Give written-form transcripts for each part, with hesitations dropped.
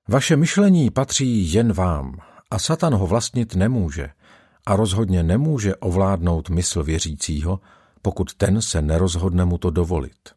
Vaše myšlení patří jen vám a Satan ho vlastnit nemůže a rozhodně nemůže ovládnout mysl věřícího, pokud ten se nerozhodne mu to dovolit.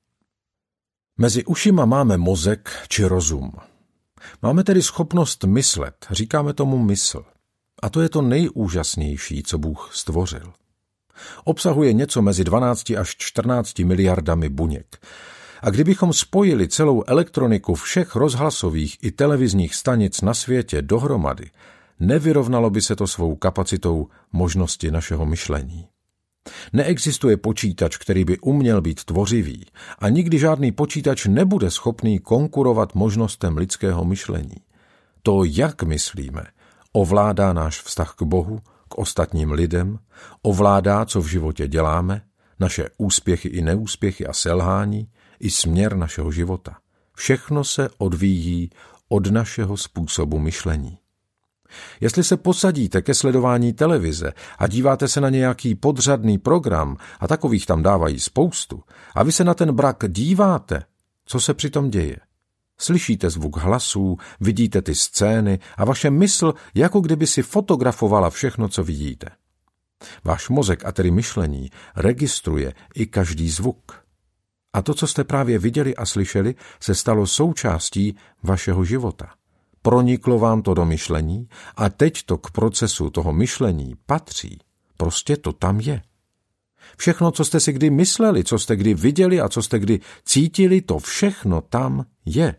Mezi ušima máme mozek či rozum. Máme tedy schopnost myslet, říkáme tomu mysl. A to je to nejúžasnější, co Bůh stvořil. Obsahuje něco mezi 12 až 14 miliardami buněk. A kdybychom spojili celou elektroniku všech rozhlasových i televizních stanic na světě dohromady, nevyrovnalo by se to svou kapacitou možnosti našeho myšlení. Neexistuje počítač, který by uměl být tvořivý a nikdy žádný počítač nebude schopný konkurovat možnostem lidského myšlení. To, jak myslíme, ovládá náš vztah k Bohu, k ostatním lidem, ovládá, co v životě děláme, naše úspěchy i neúspěchy a selhání, i směr našeho života. Všechno se odvíjí od našeho způsobu myšlení. Jestli se posadíte ke sledování televize a díváte se na nějaký podřadný program, a takových tam dávají spoustu, a vy se na ten brak díváte, co se přitom děje? Slyšíte zvuk hlasů, vidíte ty scény a vaše mysl jako kdyby si fotografovala všechno, co vidíte. Váš mozek, a tedy myšlení, registruje i každý zvuk. A to, co jste právě viděli a slyšeli, se stalo součástí vašeho života. Proniklo vám to do myšlení a teď to k procesu toho myšlení patří. Prostě to tam je. Všechno, co jste si kdy mysleli, co jste kdy viděli a co jste kdy cítili, to všechno tam je.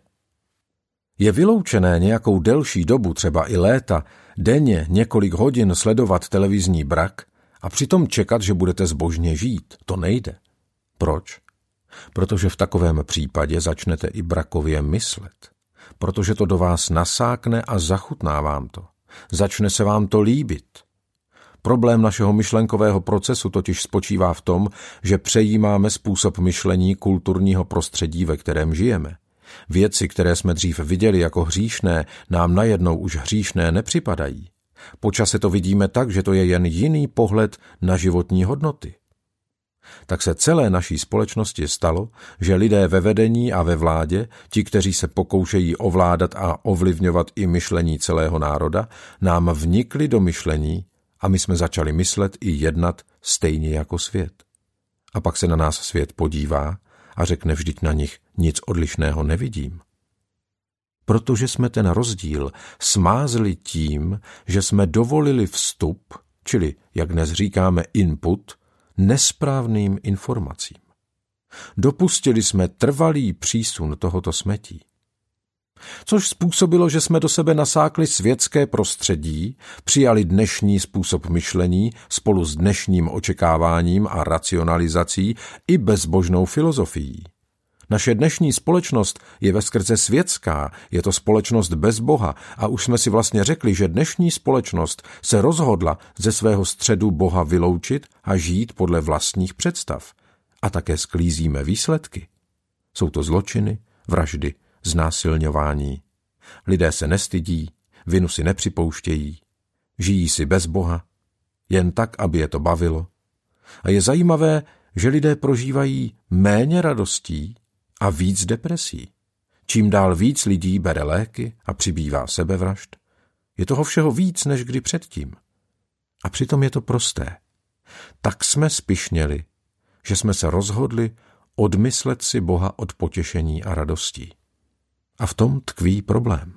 Je vyloučené nějakou delší dobu, třeba i léta, denně několik hodin sledovat televizní brak a přitom čekat, že budete zbožně žít. To nejde. Proč? Protože v takovém případě začnete i brakově myslet. Protože to do vás nasákne a zachutná vám to. Začne se vám to líbit. Problém našeho myšlenkového procesu totiž spočívá v tom, že přejímáme způsob myšlení kulturního prostředí, ve kterém žijeme. Věci, které jsme dřív viděli jako hříšné, nám najednou už hříšné nepřipadají. Po čase to vidíme tak, že to je jen jiný pohled na životní hodnoty. Tak se celé naší společnosti stalo, že lidé ve vedení a ve vládě, ti, kteří se pokoušejí ovládat a ovlivňovat i myšlení celého národa, nám vnikli do myšlení a my jsme začali myslet i jednat stejně jako svět. A pak se na nás svět podívá a řekne, vždyť na nich nic odlišného nevidím. Protože jsme ten rozdíl smázli tím, že jsme dovolili vstup, čili, jak dnes říkáme, input, nesprávným informacím. Dopustili jsme trvalý přísun tohoto smetí. Což způsobilo, že jsme do sebe nasákli světské prostředí, přijali dnešní způsob myšlení spolu s dnešním očekáváním a racionalizací i bezbožnou filozofií. Naše dnešní společnost je veskrze světská, je to společnost bez Boha a už jsme si vlastně řekli, že dnešní společnost se rozhodla ze svého středu Boha vyloučit a žít podle vlastních představ. A také sklízíme výsledky. Jsou to zločiny, vraždy, znásilňování. Lidé se nestydí, vinu si nepřipouštějí, žijí si bez Boha, jen tak, aby je to bavilo. A je zajímavé, že lidé prožívají méně radostí a víc depresí. Čím dál víc lidí bere léky a přibývá sebevražd, je toho všeho víc než kdy předtím. A přitom je to prosté. Tak jsme spyšněli, že jsme se rozhodli odmyslet si Boha od potěšení a radostí. A v tom tkví problém.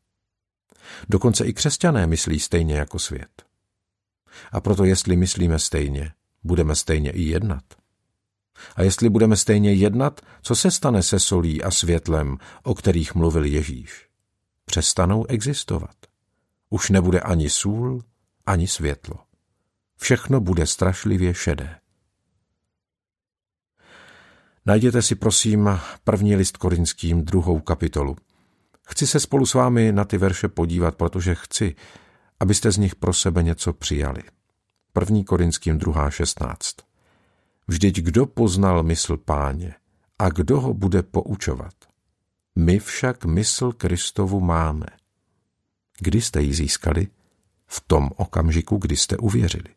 Dokonce i křesťané myslí stejně jako svět. A proto jestli myslíme stejně, budeme stejně i jednat. A jestli budeme stejně jednat, co se stane se solí a světlem, o kterých mluvil Ježíš? Přestanou existovat. Už nebude ani sůl, ani světlo. Všechno bude strašlivě šedé. Najděte si prosím 1. list Korinským 2. kapitolu. Chci se spolu s vámi na ty verše podívat, protože chci, abyste z nich pro sebe něco přijali. 1. Korinským 2.16. Vždyť kdo poznal mysl Páně a kdo ho bude poučovat? My však mysl Kristovu máme. Kdy jste ji získali? V tom okamžiku, kdy jste uvěřili.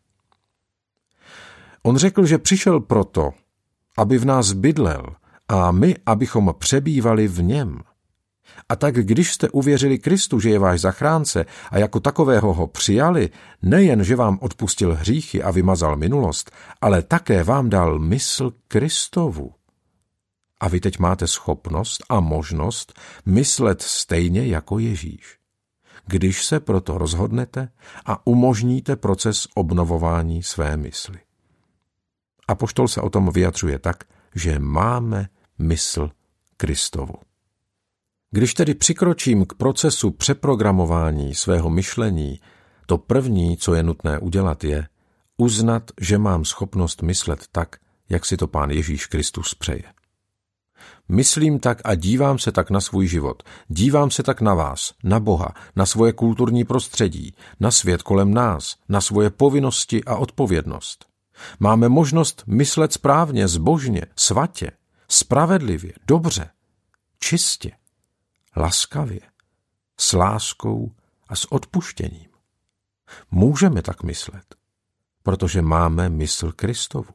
On řekl, že přišel proto, aby v nás bydlel a my, abychom přebývali v něm. A tak když jste uvěřili Kristu, že je váš zachránce a jako takového ho přijali, nejen, že vám odpustil hříchy a vymazal minulost, ale také vám dal mysl Kristovu. A vy teď máte schopnost a možnost myslet stejně jako Ježíš. Když se proto rozhodnete a umožníte proces obnovování své mysli. Apoštol se o tom vyjadřuje tak, že máme mysl Kristovu. Když tedy přikročím k procesu přeprogramování svého myšlení, to první, co je nutné udělat, je uznat, že mám schopnost myslet tak, jak si to Pán Ježíš Kristus přeje. Myslím tak a dívám se tak na svůj život, dívám se tak na vás, na Boha, na svoje kulturní prostředí, na svět kolem nás, na svoje povinnosti a odpovědnost. Máme možnost myslet správně, zbožně, svatě, spravedlivě, dobře, čistě, laskavě, s láskou a s odpuštěním. Můžeme tak myslet, protože máme mysl Kristovu.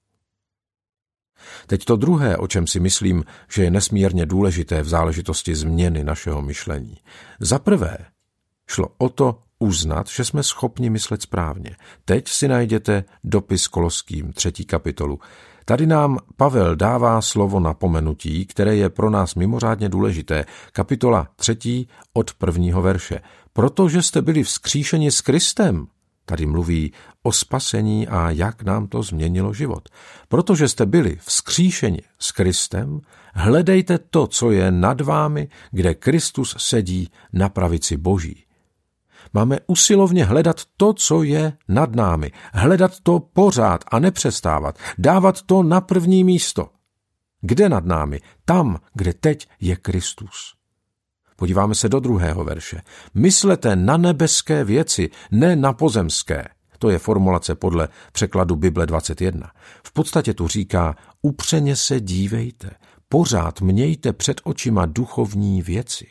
Teď to druhé, o čem si myslím, že je nesmírně důležité v záležitosti změny našeho myšlení. Za prvé šlo o to uznat, že jsme schopni myslet správně. Teď si najděte dopis Koloským 3. kapitolu. Tady nám Pavel dává slovo napomenutí, které je pro nás mimořádně důležité. Kapitola 3. od 1. verše. Protože jste byli vzkříšeni s Kristem. Tady mluví o spasení a jak nám to změnilo život. Protože jste byli vzkříšeni s Kristem, hledejte to, co je nad vámi, kde Kristus sedí na pravici Boží. Máme usilovně hledat to, co je nad námi. Hledat to pořád a nepřestávat. Dávat to na první místo. Kde nad námi? Tam, kde teď je Kristus. Podíváme se do 2. verše. Myslete na nebeské věci, ne na pozemské. To je formulace podle překladu Bible 21. V podstatě tu říká, upřeně se dívejte, pořád mějte před očima duchovní věci.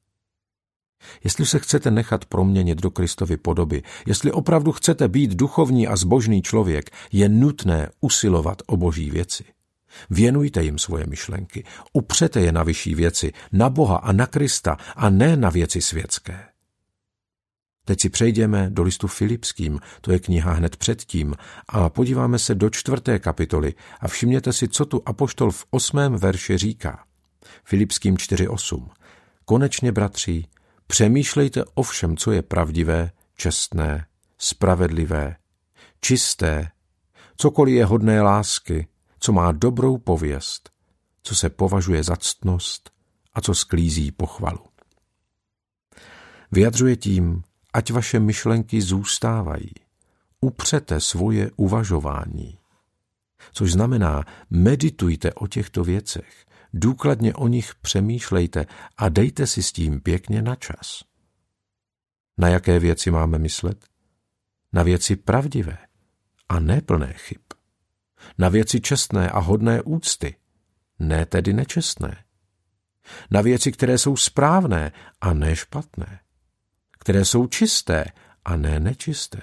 Jestli se chcete nechat proměnit do Kristovy podoby, jestli opravdu chcete být duchovní a zbožný člověk, je nutné usilovat o boží věci. Věnujte jim svoje myšlenky, upřete je na vyšší věci, na Boha a na Krista a ne na věci světské. Teď si přejdeme do listu Filipským, to je kniha hned předtím, a podíváme se do 4. kapitoly a všimněte si, co tu apoštol v 8. verši říká. Filipským 4:8. Konečně, bratři, přemýšlejte o všem, co je pravdivé, čestné, spravedlivé, čisté, cokoliv je hodné lásky, co má dobrou pověst, co se považuje za ctnost a co sklízí pochvalu. Vyjadřuje tím, ať vaše myšlenky zůstávají. Upřete svoje uvažování. Což znamená, meditujte o těchto věcech, důkladně o nich přemýšlejte a dejte si s tím pěkně na čas. Na jaké věci máme myslet? Na věci pravdivé a ne plné chyb. Na věci čestné a hodné úcty, ne tedy nečestné. Na věci, které jsou správné a ne špatné. Které jsou čisté a ne nečisté.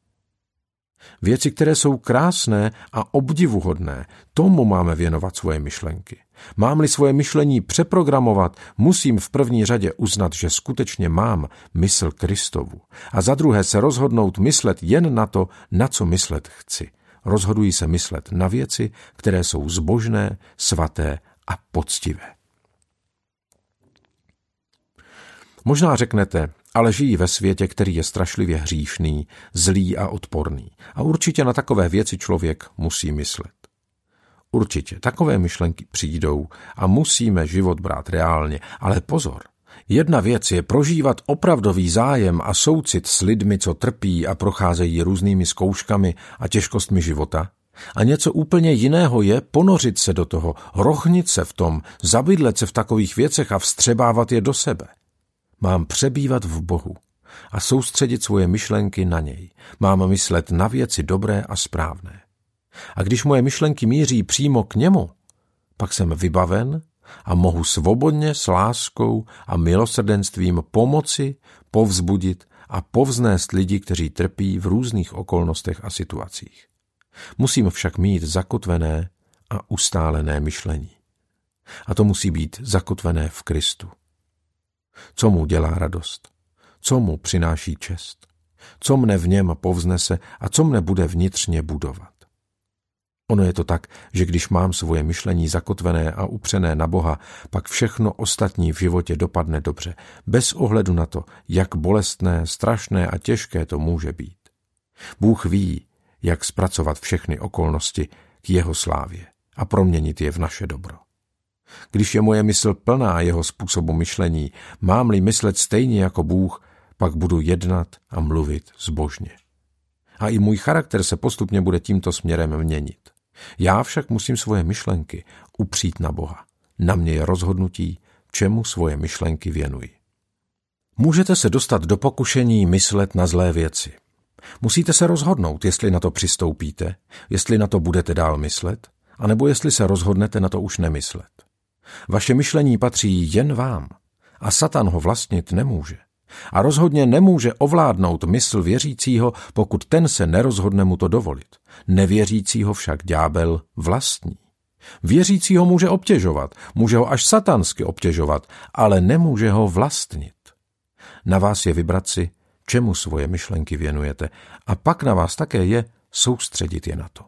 Věci, které jsou krásné a obdivuhodné, tomu máme věnovat svoje myšlenky. Mám-li svoje myšlení přeprogramovat, musím v první řadě uznat, že skutečně mám mysl Kristovu. A za druhé se rozhodnout myslet jen na to, na co myslet chci. Rozhodují se myslet na věci, které jsou zbožné, svaté a poctivé. Možná řeknete, ale žijí ve světě, který je strašlivě hříšný, zlý a odporný. A určitě na takové věci člověk musí myslet. Určitě takové myšlenky přijdou a musíme život brát reálně, ale pozor. Jedna věc je prožívat opravdový zájem a soucit s lidmi, co trpí a procházejí různými zkouškami a těžkostmi života. A něco úplně jiného je ponořit se do toho, rohnit se v tom, zabydlet se v takových věcech a vstřebávat je do sebe. Mám přebývat v Bohu a soustředit svoje myšlenky na něj. Mám myslet na věci dobré a správné. A když moje myšlenky míří přímo k němu, pak jsem vybaven a mohu svobodně s láskou a milosrdenstvím pomoci, povzbudit a povznést lidi, kteří trpí v různých okolnostech a situacích. Musím však mít zakotvené a ustálené myšlení. A to musí být zakotvené v Kristu. Co mu dělá radost? Co mu přináší čest? Co mne v něm povznese a co mne bude vnitřně budovat? Ono je to tak, že když mám svoje myšlení zakotvené a upřené na Boha, pak všechno ostatní v životě dopadne dobře, bez ohledu na to, jak bolestné, strašné a těžké to může být. Bůh ví, jak zpracovat všechny okolnosti k jeho slávě a proměnit je v naše dobro. Když je moje mysl plná jeho způsobu myšlení, mám-li myslet stejně jako Bůh, pak budu jednat a mluvit zbožně. A i můj charakter se postupně bude tímto směrem měnit. Já však musím svoje myšlenky upřít na Boha. Na mě je rozhodnutí, čemu svoje myšlenky věnuji. Můžete se dostat do pokušení myslet na zlé věci. Musíte se rozhodnout, jestli na to přistoupíte, jestli na to budete dál myslet, anebo jestli se rozhodnete na to už nemyslet. Vaše myšlení patří jen vám a Satan ho vlastnit nemůže. A rozhodně nemůže ovládnout mysl věřícího, pokud ten se nerozhodne mu to dovolit. Nevěřícího však ďábel vlastní. Věřícího může obtěžovat, může ho až satansky obtěžovat, ale nemůže ho vlastnit. Na vás je vybrat si, čemu svoje myšlenky věnujete, a pak na vás také je soustředit je na to.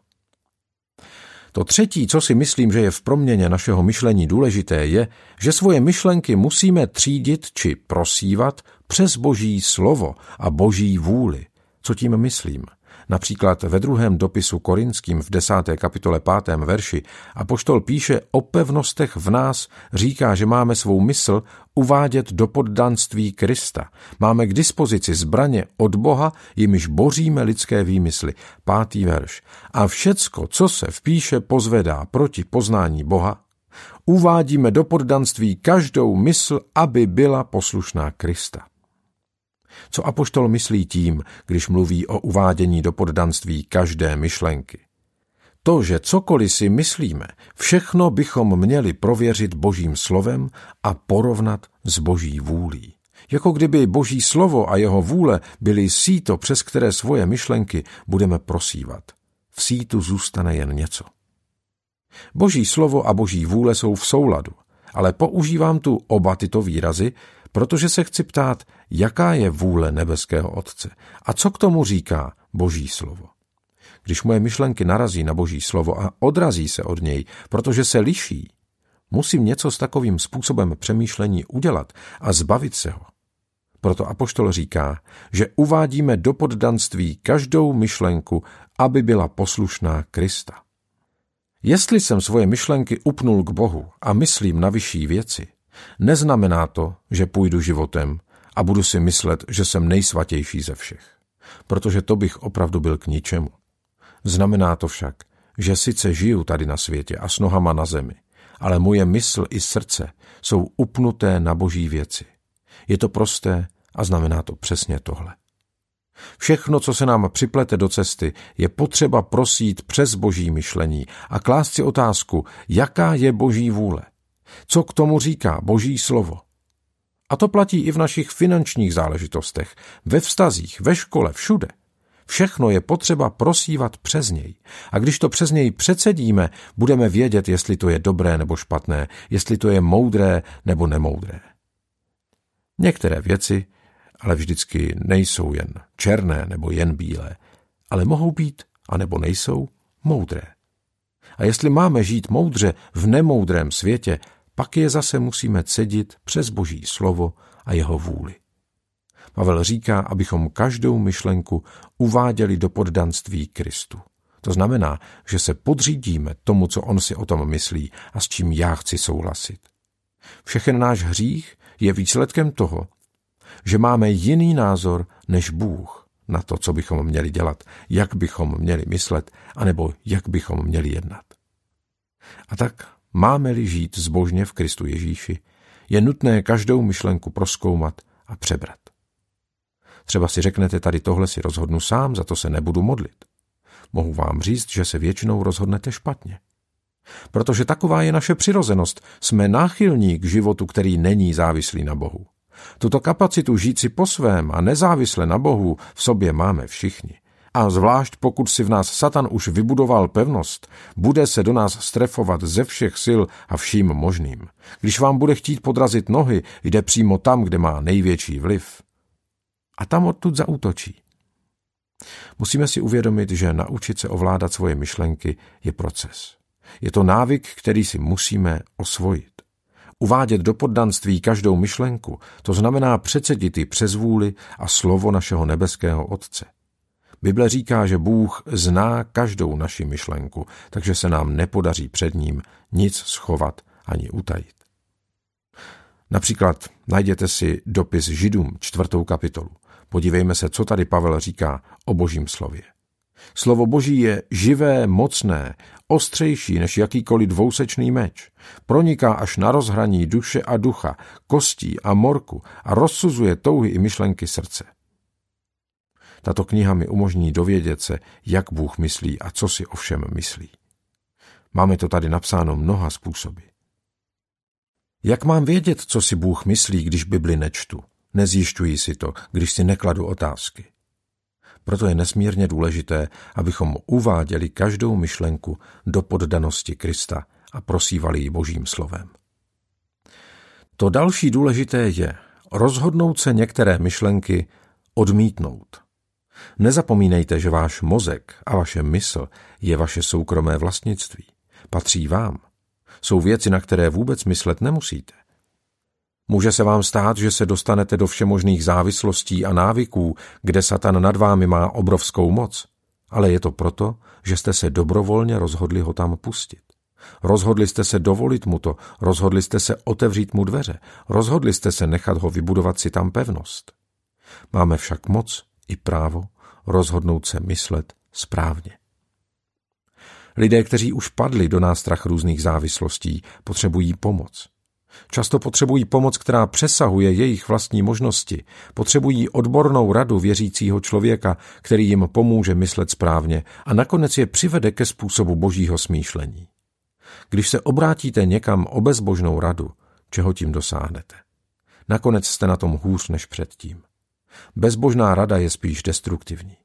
To třetí, co si myslím, že je v proměně našeho myšlení důležité, je, že svoje myšlenky musíme třídit či prosívat přes Boží slovo a Boží vůli. Co tím myslím? Například ve 2. dopisu Korinským v 10. kapitole 5. verši apoštol píše o pevnostech v nás, říká, že máme svou mysl uvádět do poddanství Krista. Máme k dispozici zbraně od Boha, jimiž boříme lidské výmysly. 5. verš. A všecko, co se v píše pozvedá proti poznání Boha, uvádíme do poddanství každou mysl, aby byla poslušná Krista. Co apoštol myslí tím, když mluví o uvádění do poddanství každé myšlenky? To, že cokoliv si myslíme, všechno bychom měli prověřit Božím slovem a porovnat s Boží vůlí. Jako kdyby Boží slovo a jeho vůle byly síto, přes které svoje myšlenky budeme prosívat. V sítu zůstane jen něco. Boží slovo a Boží vůle jsou v souladu, ale používám tu oba tyto výrazy, protože se chci ptát, jaká je vůle nebeského Otce a co k tomu říká Boží slovo. Když moje myšlenky narazí na Boží slovo a odrazí se od něj, protože se liší, musím něco s takovým způsobem přemýšlení udělat a zbavit se ho. Proto apoštol říká, že uvádíme do poddanství každou myšlenku, aby byla poslušná Krista. Jestli jsem svoje myšlenky upnul k Bohu a myslím na vyšší věci, neznamená to, že půjdu životem a budu si myslet, že jsem nejsvatější ze všech, protože to bych opravdu byl k ničemu. Znamená to však, že sice žiju tady na světě a s nohama na zemi, ale moje mysl i srdce jsou upnuté na Boží věci. Je to prosté a znamená to přesně tohle. Všechno, co se nám připlete do cesty, je potřeba prosít přes Boží myšlení a klást si otázku, jaká je Boží vůle. Co k tomu říká Boží slovo? A to platí i v našich finančních záležitostech, ve vztazích, ve škole, všude. Všechno je potřeba prosívat přes něj. A když to přes něj přecedíme, budeme vědět, jestli to je dobré nebo špatné, jestli to je moudré nebo nemoudré. Některé věci ale vždycky nejsou jen černé nebo jen bílé, ale mohou být, anebo nejsou, moudré. A jestli máme žít moudře v nemoudrém světě, pak je zase musíme cedit přes Boží slovo a jeho vůli. Pavel říká, abychom každou myšlenku uváděli do poddanství Kristu. To znamená, že se podřídíme tomu, co on si o tom myslí a s čím já chci souhlasit. Všechen náš hřích je výsledkem toho, že máme jiný názor než Bůh na to, co bychom měli dělat, jak bychom měli myslet, anebo jak bychom měli jednat. A tak máme-li žít zbožně v Kristu Ježíši, je nutné každou myšlenku prozkoumat a přebrat. Třeba si řeknete, tady tohle si rozhodnu sám, za to se nebudu modlit. Mohu vám říct, že se většinou rozhodnete špatně. Protože taková je naše přirozenost. Jsme náchylní k životu, který není závislý na Bohu. Tuto kapacitu žít si po svém a nezávisle na Bohu v sobě máme všichni. A zvlášť pokud si v nás Satan už vybudoval pevnost, bude se do nás strefovat ze všech sil a vším možným. Když vám bude chtít podrazit nohy, jde přímo tam, kde má největší vliv. A tam odtud zaútočí. Musíme si uvědomit, že naučit se ovládat svoje myšlenky je proces. Je to návyk, který si musíme osvojit. Uvádět do poddanství každou myšlenku, to znamená přecedit ji přes vůli a slovo našeho nebeského Otce. Bible říká, že Bůh zná každou naši myšlenku, takže se nám nepodaří před ním nic schovat ani utajit. Například najděte si dopis Židům 4. kapitolu. Podívejme se, co tady Pavel říká o Božím slově. Slovo Boží je živé, mocné, ostřejší než jakýkoliv dvousečný meč. Proniká až na rozhraní duše a ducha, kostí a morku a rozsuzuje touhy i myšlenky srdce. Tato kniha mi umožní dovědět se, jak Bůh myslí a co si o všem myslí. Máme to tady napsáno mnoha způsoby. Jak mám vědět, co si Bůh myslí, když Bibli nečtu? Nezjišťuji si to, když si nekladu otázky. Proto je nesmírně důležité, abychom uváděli každou myšlenku do poddanosti Krista a prosívali ji Božím slovem. To další důležité je rozhodnout se některé myšlenky odmítnout. Nezapomínejte, že váš mozek a vaše mysl je vaše soukromé vlastnictví. Patří vám. Jsou věci, na které vůbec myslet nemusíte. Může se vám stát, že se dostanete do všemožných závislostí a návyků, kde Satan nad vámi má obrovskou moc. Ale je to proto, že jste se dobrovolně rozhodli ho tam pustit. Rozhodli jste se dovolit mu to, rozhodli jste se otevřít mu dveře, rozhodli jste se nechat ho vybudovat si tam pevnost. Máme však moc i právo rozhodnout se myslet správně. Lidé, kteří už padli do nástrah různých závislostí, potřebují pomoc. Často potřebují pomoc, která přesahuje jejich vlastní možnosti. Potřebují odbornou radu věřícího člověka, který jim pomůže myslet správně a nakonec je přivede ke způsobu Božího smýšlení. Když se obrátíte někam o bezbožnou radu, čeho tím dosáhnete? Nakonec jste na tom hůř než předtím. Bezbožná rada je spíš destruktivní.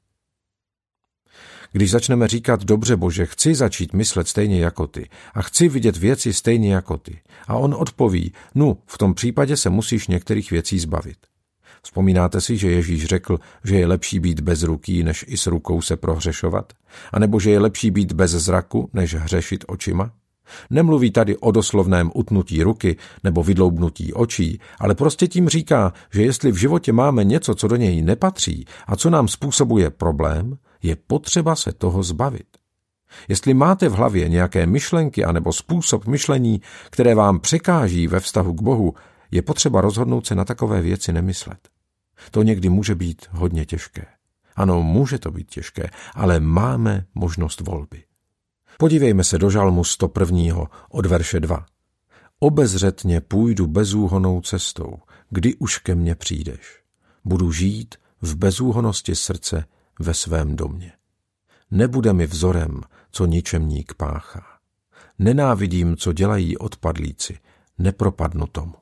Když začneme říkat, dobře Bože, chci začít myslet stejně jako ty a chci vidět věci stejně jako ty, a on odpoví, v tom případě se musíš některých věcí zbavit. Vzpomínáte si, že Ježíš řekl, že je lepší být bez ruky, než i s rukou se prohřešovat? A nebo že je lepší být bez zraku, než hřešit očima? Nemluví tady o doslovném utnutí ruky nebo vydloubnutí očí, ale prostě tím říká, že jestli v životě máme něco, co do něj nepatří a co nám způsobuje problém, je potřeba se toho zbavit. Jestli máte v hlavě nějaké myšlenky anebo způsob myšlení, které vám překáží ve vztahu k Bohu, je potřeba rozhodnout se na takové věci nemyslet. To někdy může být hodně těžké. Ano, může to být těžké, ale máme možnost volby. Podívejme se do Žalmu 101. od verše 2. Obezřetně půjdu bezúhonnou cestou, kdy už ke mně přijdeš. Budu žít v bezúhonnosti srdce ve svém domě. Nebude mi vzorem, co ničemník páchá. Nenávidím, co dělají odpadlíci, nepropadnu tomu.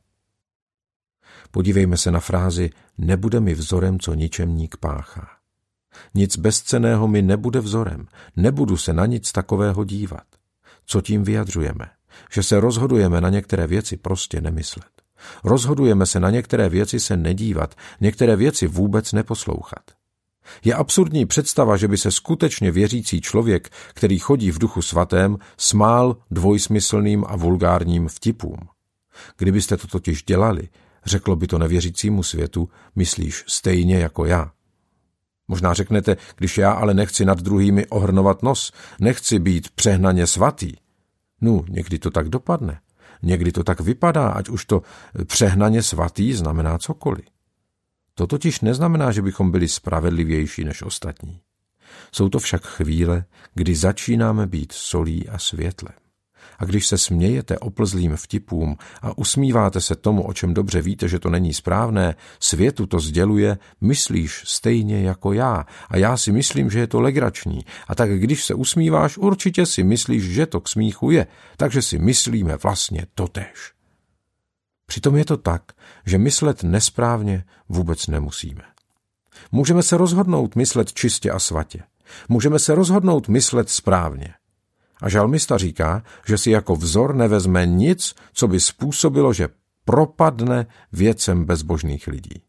Podívejme se na frázi nebude mi vzorem, co ničemník páchá. Nic bezcenného mi nebude vzorem, nebudu se na nic takového dívat. Co tím vyjadřujeme? Že se rozhodujeme na některé věci prostě nemyslet. Rozhodujeme se na některé věci se nedívat, některé věci vůbec neposlouchat. Je absurdní představa, že by se skutečně věřící člověk, který chodí v Duchu svatém, smál dvojsmyslným a vulgárním vtipům. Kdybyste to totiž dělali, řeklo by to nevěřícímu světu, myslíš stejně jako já. Možná řeknete, když já ale nechci nad druhými ohrnovat nos, nechci být přehnaně svatý. Někdy to tak dopadne. Někdy to tak vypadá, ať už to přehnaně svatý znamená cokoliv. To totiž neznamená, že bychom byli spravedlivější než ostatní. Jsou to však chvíle, kdy začínáme být solí a světlem. A když se smějete oplzlým vtipům a usmíváte se tomu, o čem dobře víte, že to není správné, světu to sděluje, myslíš stejně jako já a já si myslím, že je to legrační. A tak když se usmíváš, určitě si myslíš, že to k smíchu je, takže si myslíme vlastně totéž. Přitom je to tak, že myslet nesprávně vůbec nemusíme. Můžeme se rozhodnout myslet čistě a svatě. Můžeme se rozhodnout myslet správně. A žalmista říká, že si jako vzor nevezme nic, co by způsobilo, že propadne věcem bezbožných lidí.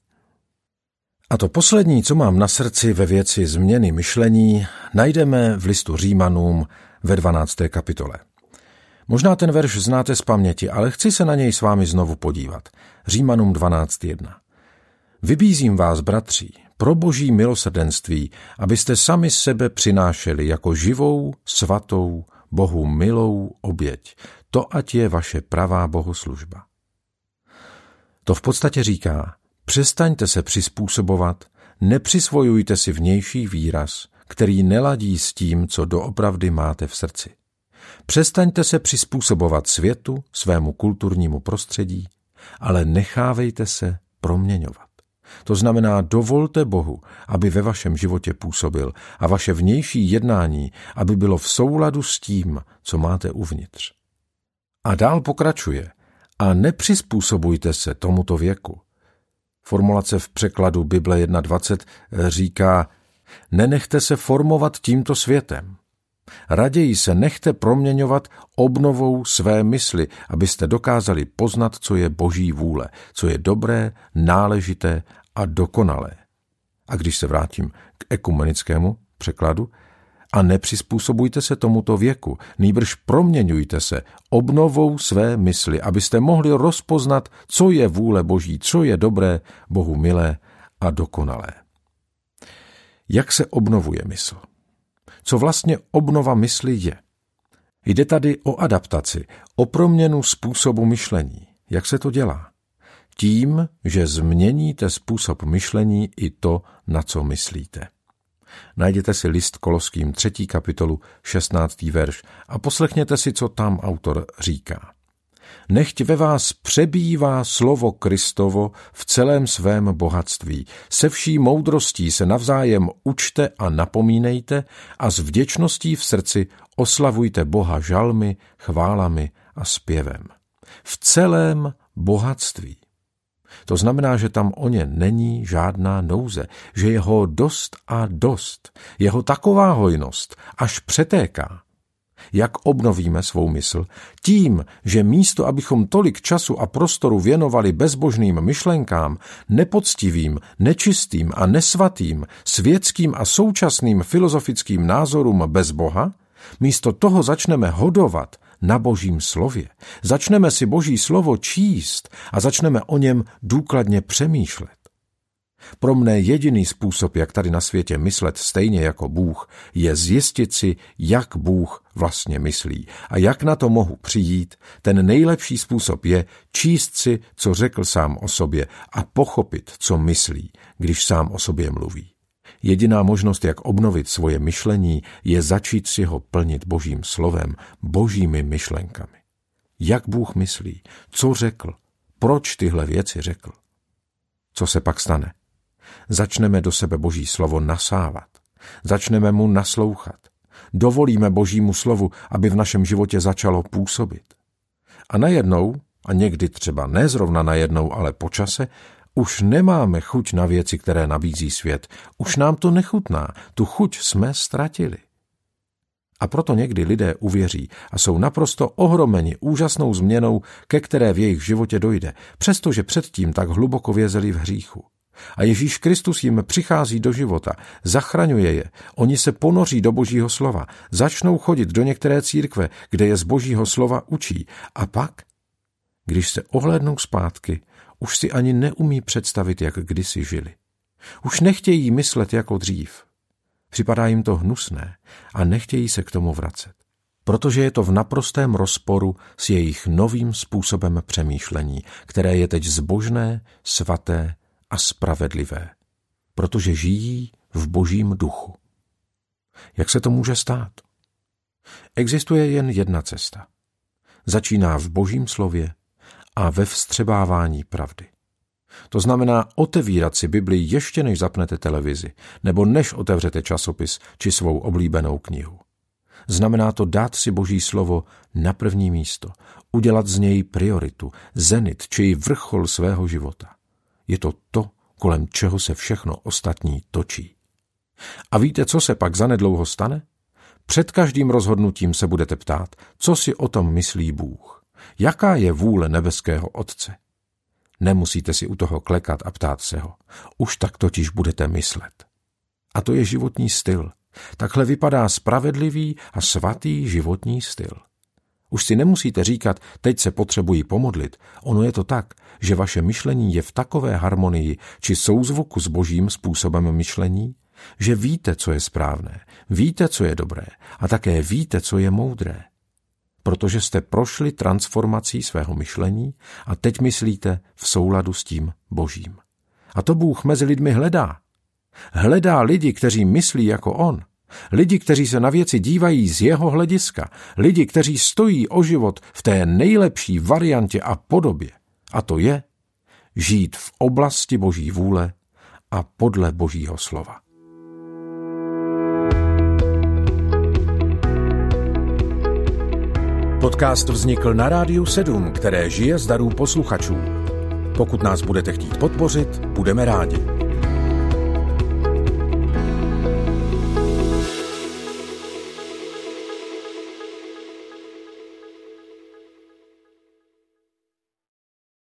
A to poslední, co mám na srdci ve věci změny myšlení, najdeme v listu Římanům ve 12. kapitole. Možná ten verš znáte z paměti, ale chci se na něj s vámi znovu podívat. Římanům 12.1. Vybízím vás, bratři, pro boží milosrdenství, abyste sami sebe přinášeli jako živou, svatou, Bohu milou oběť. To ať je vaše pravá bohoslužba. To v podstatě říká, přestaňte se přizpůsobovat, nepřisvojujte si vnější výraz, který neladí s tím, co doopravdy máte v srdci. Přestaňte se přizpůsobovat světu, svému kulturnímu prostředí, ale nechávejte se proměňovat. To znamená, dovolte Bohu, aby ve vašem životě působil a vaše vnější jednání, aby bylo v souladu s tím, co máte uvnitř. A dál pokračuje. A nepřizpůsobujte se tomuto věku. Formulace v překladu Bible 1.20 říká, nenechte se formovat tímto světem. Raději se nechte proměňovat obnovou své mysli, abyste dokázali poznat, co je Boží vůle, co je dobré, náležité a dokonalé. A když se vrátím k ekumenickému překladu, a nepřizpůsobujte se tomuto věku, nýbrž proměňujte se obnovou své mysli, abyste mohli rozpoznat, co je vůle Boží, co je dobré, Bohu milé a dokonalé. Jak se obnovuje mysl? Co vlastně obnova mysli je? Jde tady o adaptaci, o proměnu způsobu myšlení. Jak se to dělá? Tím, že změníte způsob myšlení i to, na co myslíte. Najděte si list Koloským 3. kapitolu 16. verš a poslechněte si, co tam autor říká. Nechť ve vás přebývá slovo Kristovo v celém svém bohatství. Se vší moudrostí se navzájem učte a napomínejte a s vděčností v srdci oslavujte Boha žalmy, chválami a zpěvem. V celém bohatství. To znamená, že tam o ně není žádná nouze, že je ho dost a dost, jeho taková hojnost až přetéká. Jak obnovíme svou mysl? Tím, že místo, abychom tolik času a prostoru věnovali bezbožným myšlenkám, nepoctivým, nečistým a nesvatým, světským a současným filozofickým názorům bez Boha, místo toho začneme hodovat na Božím slově. Začneme si Boží slovo číst a začneme o něm důkladně přemýšlet. Pro mne jediný způsob, jak tady na světě myslet stejně jako Bůh, je zjistit si, jak Bůh vlastně myslí. A jak na to mohu přijít, ten nejlepší způsob je číst si, co řekl sám o sobě a pochopit, co myslí, když sám o sobě mluví. Jediná možnost, jak obnovit svoje myšlení, je začít si ho plnit Božím slovem, božími myšlenkami. Jak Bůh myslí, co řekl, proč tyhle věci řekl. Co se pak stane? Začneme do sebe Boží slovo nasávat. Začneme mu naslouchat. Dovolíme Božímu slovu, aby v našem životě začalo působit. A najednou, a někdy třeba ne zrovna najednou, ale po čase, už nemáme chuť na věci, které nabízí svět. Už nám to nechutná. Tu chuť jsme ztratili. A proto někdy lidé uvěří a jsou naprosto ohromeni úžasnou změnou, ke které v jejich životě dojde, přestože předtím tak hluboko vězeli v hříchu. A Ježíš Kristus jim přichází do života, zachraňuje je, oni se ponoří do Božího slova, začnou chodit do některé církve, kde je z Božího slova učí. A pak, když se ohlédnou zpátky, už si ani neumí představit, jak kdysi žili. Už nechtějí myslet jako dřív. Připadá jim to hnusné a nechtějí se k tomu vracet. Protože je to v naprostém rozporu s jejich novým způsobem přemýšlení, které je teď zbožné, svaté a spravedlivé. Protože žijí v Božím duchu. Jak se to může stát? Existuje jen jedna cesta. Začíná v Božím slově a ve vstřebávání pravdy. To znamená otevírat si Bibli ještě než zapnete televizi, nebo než otevřete časopis či svou oblíbenou knihu. Znamená to dát si Boží slovo na první místo, udělat z něj prioritu, zenit či vrchol svého života. Je to to, kolem čeho se všechno ostatní točí. A víte, co se pak zanedlouho stane? Před každým rozhodnutím se budete ptát, co si o tom myslí Bůh. Jaká je vůle nebeského Otce? Nemusíte si u toho klekat a ptát se ho. Už tak totiž budete myslet. A to je životní styl. Takhle vypadá spravedlivý a svatý životní styl. Už si nemusíte říkat, teď se potřebuji pomodlit. Ono je to tak, že vaše myšlení je v takové harmonii či souzvuku s božím způsobem myšlení, že víte, co je správné, víte, co je dobré a také víte, co je moudré. Protože jste prošli transformací svého myšlení a teď myslíte v souladu s tím božím. A to Bůh mezi lidmi hledá. Hledá lidi, kteří myslí jako on. Lidi, kteří se na věci dívají z jeho hlediska. Lidi, kteří stojí o život v té nejlepší variantě a podobě. A to je žít v oblasti boží vůle a podle božího slova. Podcast vznikl na Rádiu 7, které žije z darů posluchačů. Pokud nás budete chtít podpořit, budeme rádi.